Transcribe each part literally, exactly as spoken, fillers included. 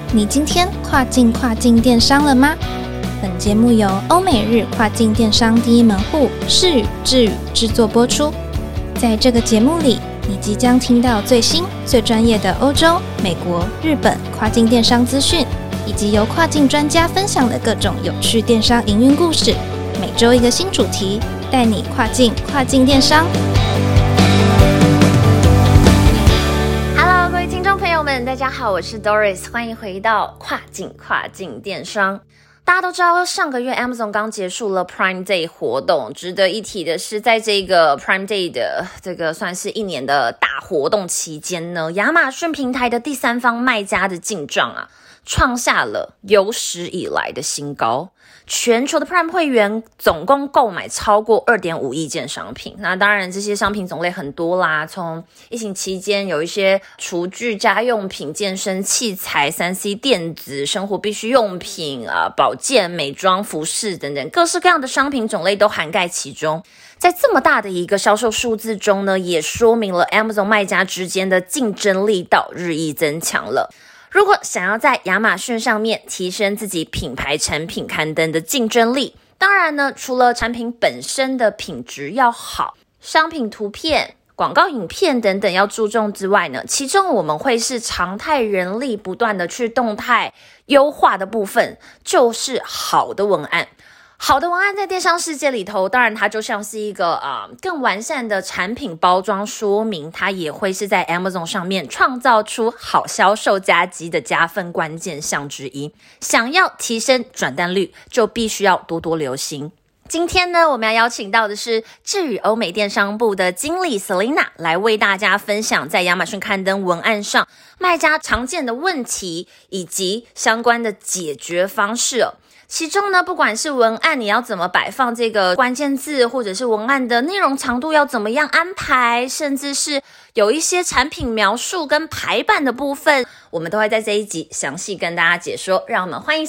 你今天跨境跨境电商了吗？本节目由欧美日跨境电商第一门户视宇智宇制作播出。在这个节目里，你即将听到最新最专业的欧洲、美国、日本跨境电商资讯，以及由跨境专家分享的各种有趣电商营运故事。每周一个新主题，带你跨境跨境电商。 Hello， 各位听众朋友们，大家好，我是 Doris， 欢迎回到跨境跨境电商。大家都知道，上个月 Amazon 刚结束了 Prime Day 活动。值得一提的是，在这个 Prime Day 的这个算是一年的大活动期间呢，亚马逊平台的第三方卖家的进账啊，创下了有史以来的新高。全球的 Prime 会员总共购买超过 二点五亿件商品。那当然这些商品种类很多啦，从疫情期间有一些厨具、家用品、健身器材、三 C 电子、生活必需用品啊、保健、美妆、服饰等等，各式各样的商品种类都涵盖其中。在这么大的一个销售数字中呢，也说明了 Amazon 卖家之间的竞争力道日益增强了。如果想要在亚马逊上面提升自己品牌产品刊登的竞争力，当然呢，除了产品本身的品质要好，商品图片、广告影片等等要注重之外呢，其中我们会是常态人力不断的去动态优化的部分，就是好的文案。好的文案在电商世界里头，当然它就像是一个呃更完善的产品包装说明，它也会是在 Amazon 上面创造出好销售佳绩的加分关键项之一。想要提升转单率，就必须要多多留心。今天呢，我们要邀请到的是智宇欧美电商部的经理 Selina 来为大家分享在亚马逊刊登文案上卖家常见的问题以及相关的解决方式哦。其中呢，不管是文案你要怎么摆放这个关键字，或者是文案的内容长度要怎么样安排，甚至是有一些产品描述跟排版的部分，我们都会在这一集详细跟大家解说。让我们欢迎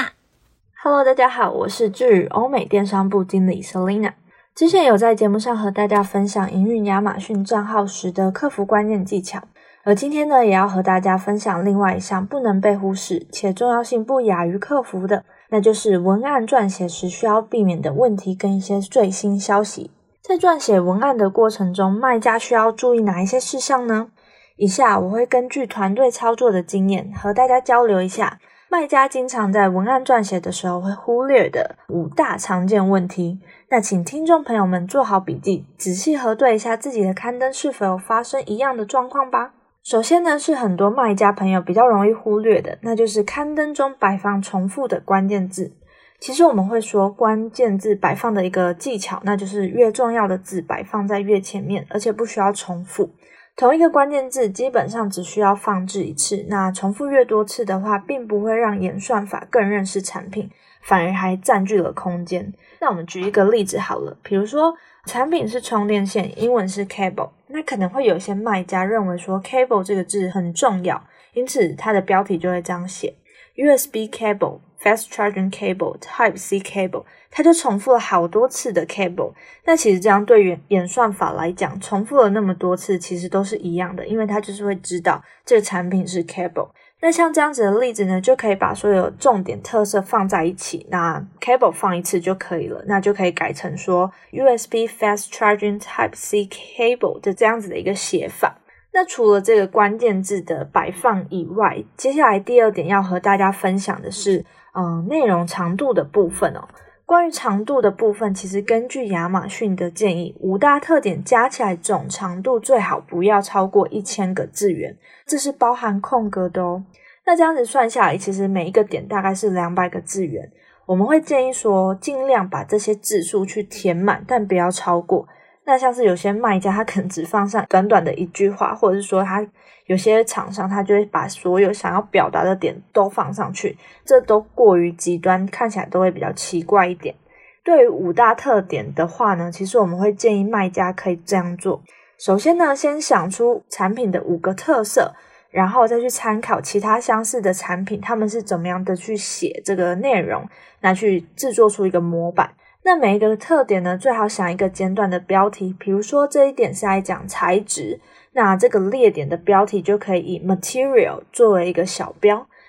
Selina。 Hello， 大家好，我是智宇欧美电商部经理 Selina。之前有在节目上和大家分享营运亚马逊账号时的客服关键技巧，而今天呢，也要和大家分享另外一项不能被忽视且重要性不亚于客服的，那就是文案撰写时需要避免的问题跟一些最新消息。在撰写文案的过程中，卖家需要注意哪一些事项呢？以下我会根据团队操作的经验和大家交流一下卖家经常在文案撰写的时候会忽略的五大常见问题。那请听众朋友们做好笔记，仔细核对一下自己的刊登是否有发生一样的状况吧。首先呢，是很多卖家朋友比较容易忽略的，那就是刊登中摆放重复的关键字。其实我们会说关键字摆放的一个技巧，那就是越重要的字摆放在越前面，而且不需要重复。同一个关键字基本上只需要放置一次，那重复越多次的话，并不会让演算法更认识产品，反而还占据了空间。那我们举一个例子好了，比如说产品是充电线，英文是 cable， 那可能会有一些卖家认为说 cable 这个字很重要，因此它的标题就会这样写 U S B cable Fast Charging Cable Type C Cable， 它就重复了好多次的 cable。 那其实这样对于演算法来讲，重复了那么多次其实都是一样的，因为它就是会知道这个产品是 cable。 那像这样子的例子呢，就可以把所有重点特色放在一起，那 cable 放一次就可以了，那就可以改成说 U S B Fast Charging Type C Cable 的这样子的一个写法。那除了这个关键字的摆放以外，接下来第二点要和大家分享的是嗯，内容长度的部分哦。关于长度的部分，其实根据亚马逊的建议，五大特点加起来总长度最好不要超过一千个字元，这是包含空格的哦。那这样子算下来，其实每一个点大概是两百个字元。我们会建议说，尽量把这些字数去填满，但不要超过。那像是有些卖家他可能只放上短短的一句话，或者是说他有些厂商他就会把所有想要表达的点都放上去，这都过于极端，看起来都会比较奇怪一点。对于五大特点的话呢，其实我们会建议卖家可以这样做。首先呢，先想出产品的五个特色，然后再去参考其他相似的产品，他们是怎么样的去写这个内容，那去制作出一个模板。那每一个特点呢，最好想一个简短的标题，比如说这一点是来讲材质，那这个列点的标题就可以以 material 作为一个小标，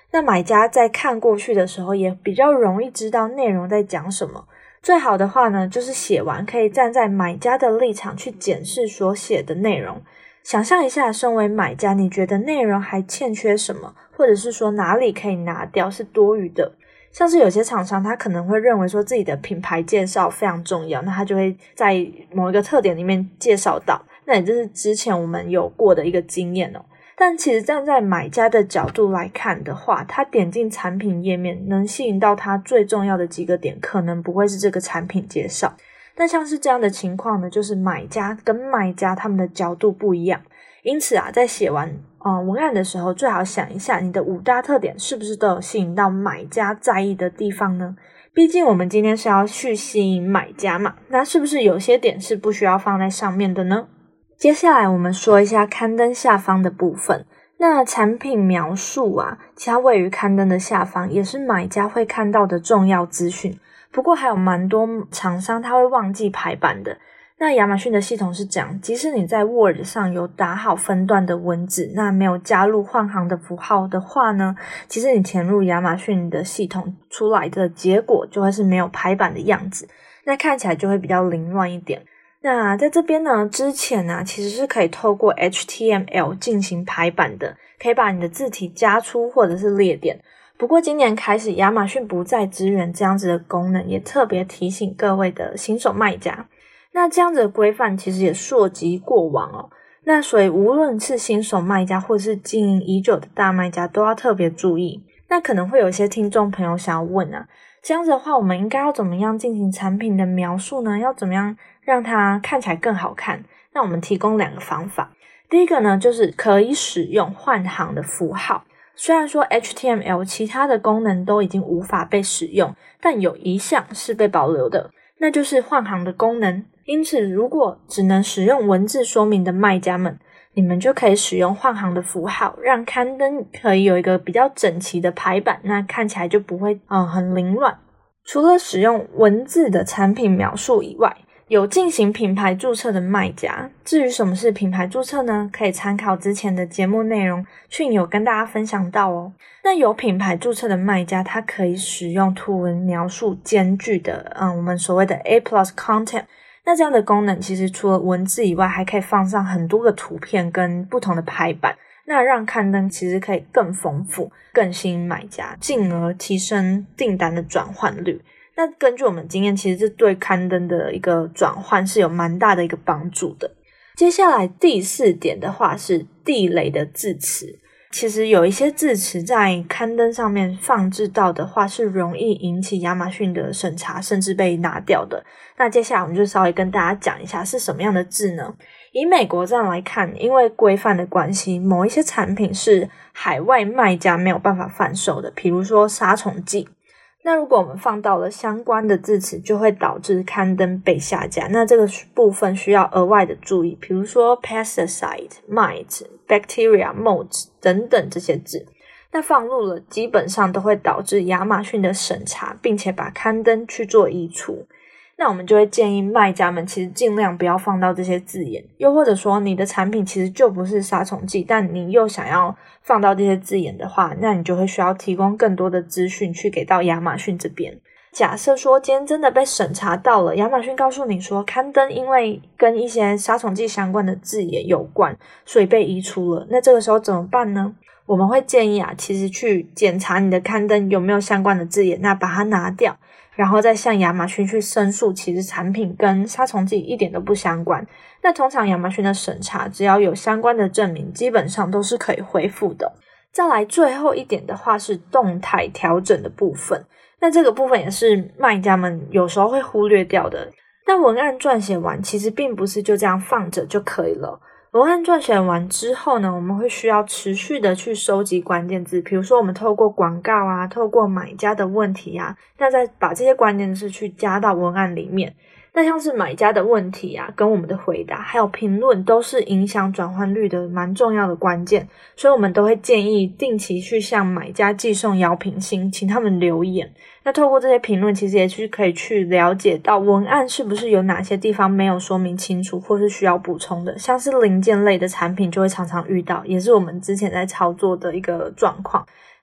那买家在看过去的时候也比较容易知道内容在讲什么。最好的话呢，就是写完可以站在买家的立场去检视所写的内容。想象一下，身为买家，你觉得内容还欠缺什么，或者是说哪里可以拿掉是多余的。像是有些厂商他可能会认为说自己的品牌介绍非常重要，那他就会在某一个特点里面介绍到，那也就是之前我们有过的一个经验哦。但其实站在买家的角度来看的话，他点进产品页面能吸引到他最重要的几个点，可能不会是这个产品介绍。但像是这样的情况呢，就是买家跟卖家他们的角度不一样。因此啊，在写完呃文案的时候，最好想一下你的五大特点是不是都有吸引到买家在意的地方呢？毕竟我们今天是要去吸引买家嘛，那是不是有些点是不需要放在上面的呢？接下来我们说一下刊登下方的部分。那产品描述啊，其他位于刊登的下方，也是买家会看到的重要资讯。不过还有蛮多厂商他会忘记排版的。那亚马逊的系统是这样，即使你在 Word 上有打好分段的文字，那没有加入换行的符号的话呢，其实你填入亚马逊的系统出来的结果就会是没有排版的样子，那看起来就会比较凌乱一点。那在这边呢，之前呢、啊、其实是可以透过 H T M L 进行排版的，可以把你的字体加粗或者是列点。不过今年开始亚马逊不再支援这样子的功能，也特别提醒各位的新手卖家。那这样子的规范其实也溯及过往哦。那所以无论是新手卖家或是经营已久的大卖家都要特别注意。那可能会有一些听众朋友想要问啊，这样子的话我们应该要怎么样进行产品的描述呢？要怎么样让它看起来更好看？那我们提供两个方法。第一个呢，就是可以使用换行的符号。虽然说 H T M L 其他的功能都已经无法被使用，但有一项是被保留的，那就是换行的功能。因此如果只能使用文字说明的卖家们，你们就可以使用换行的符号，让刊登可以有一个比较整齐的排版，那看起来就不会嗯很凌乱。除了使用文字的产品描述以外，有进行品牌注册的卖家，至于什么是品牌注册呢？可以参考之前的节目内容，讯有跟大家分享到哦。那有品牌注册的卖家，它可以使用图文描述兼具的嗯我们所谓的 A plus content。那这样的功能其实除了文字以外，还可以放上很多个图片跟不同的排版，那让刊登其实可以更丰富，更吸引买家，进而提升订单的转换率。那根据我们经验，其实这对刊登的一个转换是有蛮大的一个帮助的。接下来第四点的话是地雷的字词。其实有一些字词在刊登上面放置到的话，是容易引起亚马逊的审查，甚至被拿掉的。那接下来我们就稍微跟大家讲一下是什么样的字呢？以美国站来看，因为规范的关系，某一些产品是海外卖家没有办法贩售的，比如说杀虫剂。那如果我们放到了相关的字词，就会导致刊登被下架，那这个部分需要额外的注意，比如说 pesticide、mite、bacteria、mold 等等这些字，那放入了基本上都会导致亚马逊的审查，并且把刊登去做移除。那我们就会建议卖家们其实尽量不要放到这些字眼，又或者说你的产品其实就不是杀虫剂，但你又想要放到这些字眼的话，那你就会需要提供更多的资讯去给到亚马逊这边。假设说今天真的被审查到了，亚马逊告诉你说刊登因为跟一些杀虫剂相关的字眼有关，所以被移除了，那这个时候怎么办呢？我们会建议啊，其实去检查你的刊登有没有相关的字眼，那把它拿掉，然后再向亚马逊去申诉，其实产品跟杀虫剂一点都不相关。那通常亚马逊的审查只要有相关的证明，基本上都是可以恢复的。再来最后一点的话是动态调整的部分，那这个部分也是卖家们有时候会忽略掉的。那文案撰写完其实并不是就这样放着就可以了，文案撰写完之后呢，我们会需要持续的去收集关键字，比如说我们透过广告啊，透过买家的问题啊，那再把这些关键字去加到文案里面。那像是买家的问题啊，跟我们的回答还有评论都是影响转换率的蛮重要的关键，所以我们都会建议定期去向买家寄送邀评信，请他们留言。那透过这些评论其实也是可以去了解到文案是不是有哪些地方没有说明清楚或是需要补充的，像是零件类的产品就会常常遇到，也是我们之前在操作的一个状况。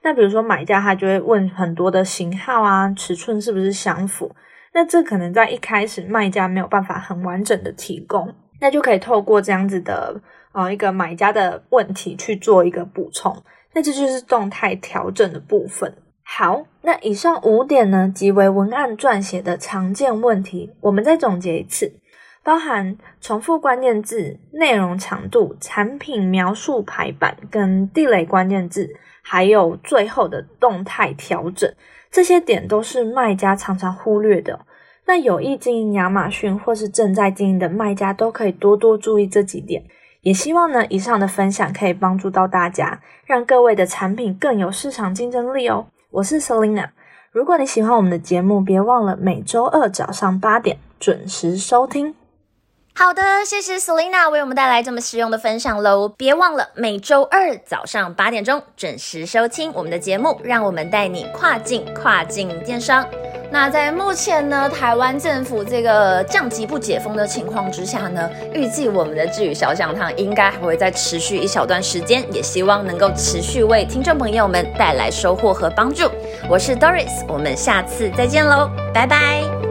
那比如说买家他就会问很多的型号啊，尺寸是不是相符，那这可能在一开始卖家没有办法很完整的提供，那就可以透过这样子的呃一个买家的问题去做一个补充，那这就是动态调整的部分。好，那以上五点呢，即为文案撰写的常见问题，我们再总结一次，包含重复关键字、内容长度、产品描述排版跟地雷关键字，还有最后的动态调整，这些点都是卖家常常忽略的。那有意经营亚马逊或是正在经营的卖家都可以多多注意这几点，也希望呢以上的分享可以帮助到大家，让各位的产品更有市场竞争力哦。我是 Selina， 如果你喜欢我们的节目，别忘了每周二早上八点准时收听。 好的，谢谢 Selina 为我们带来这么实用的分享喽！别忘了每周二早上八点钟准时收听我们的节目，让我们带你跨境跨境电商。那在目前呢，台湾政府这个降级不解封的情况之下呢，预计我们的智语小讲堂应该还会再持续一小段时间，也希望能够持续为听众朋友们带来收获和帮助。我是 Doris， 我们下次再见喽，拜拜。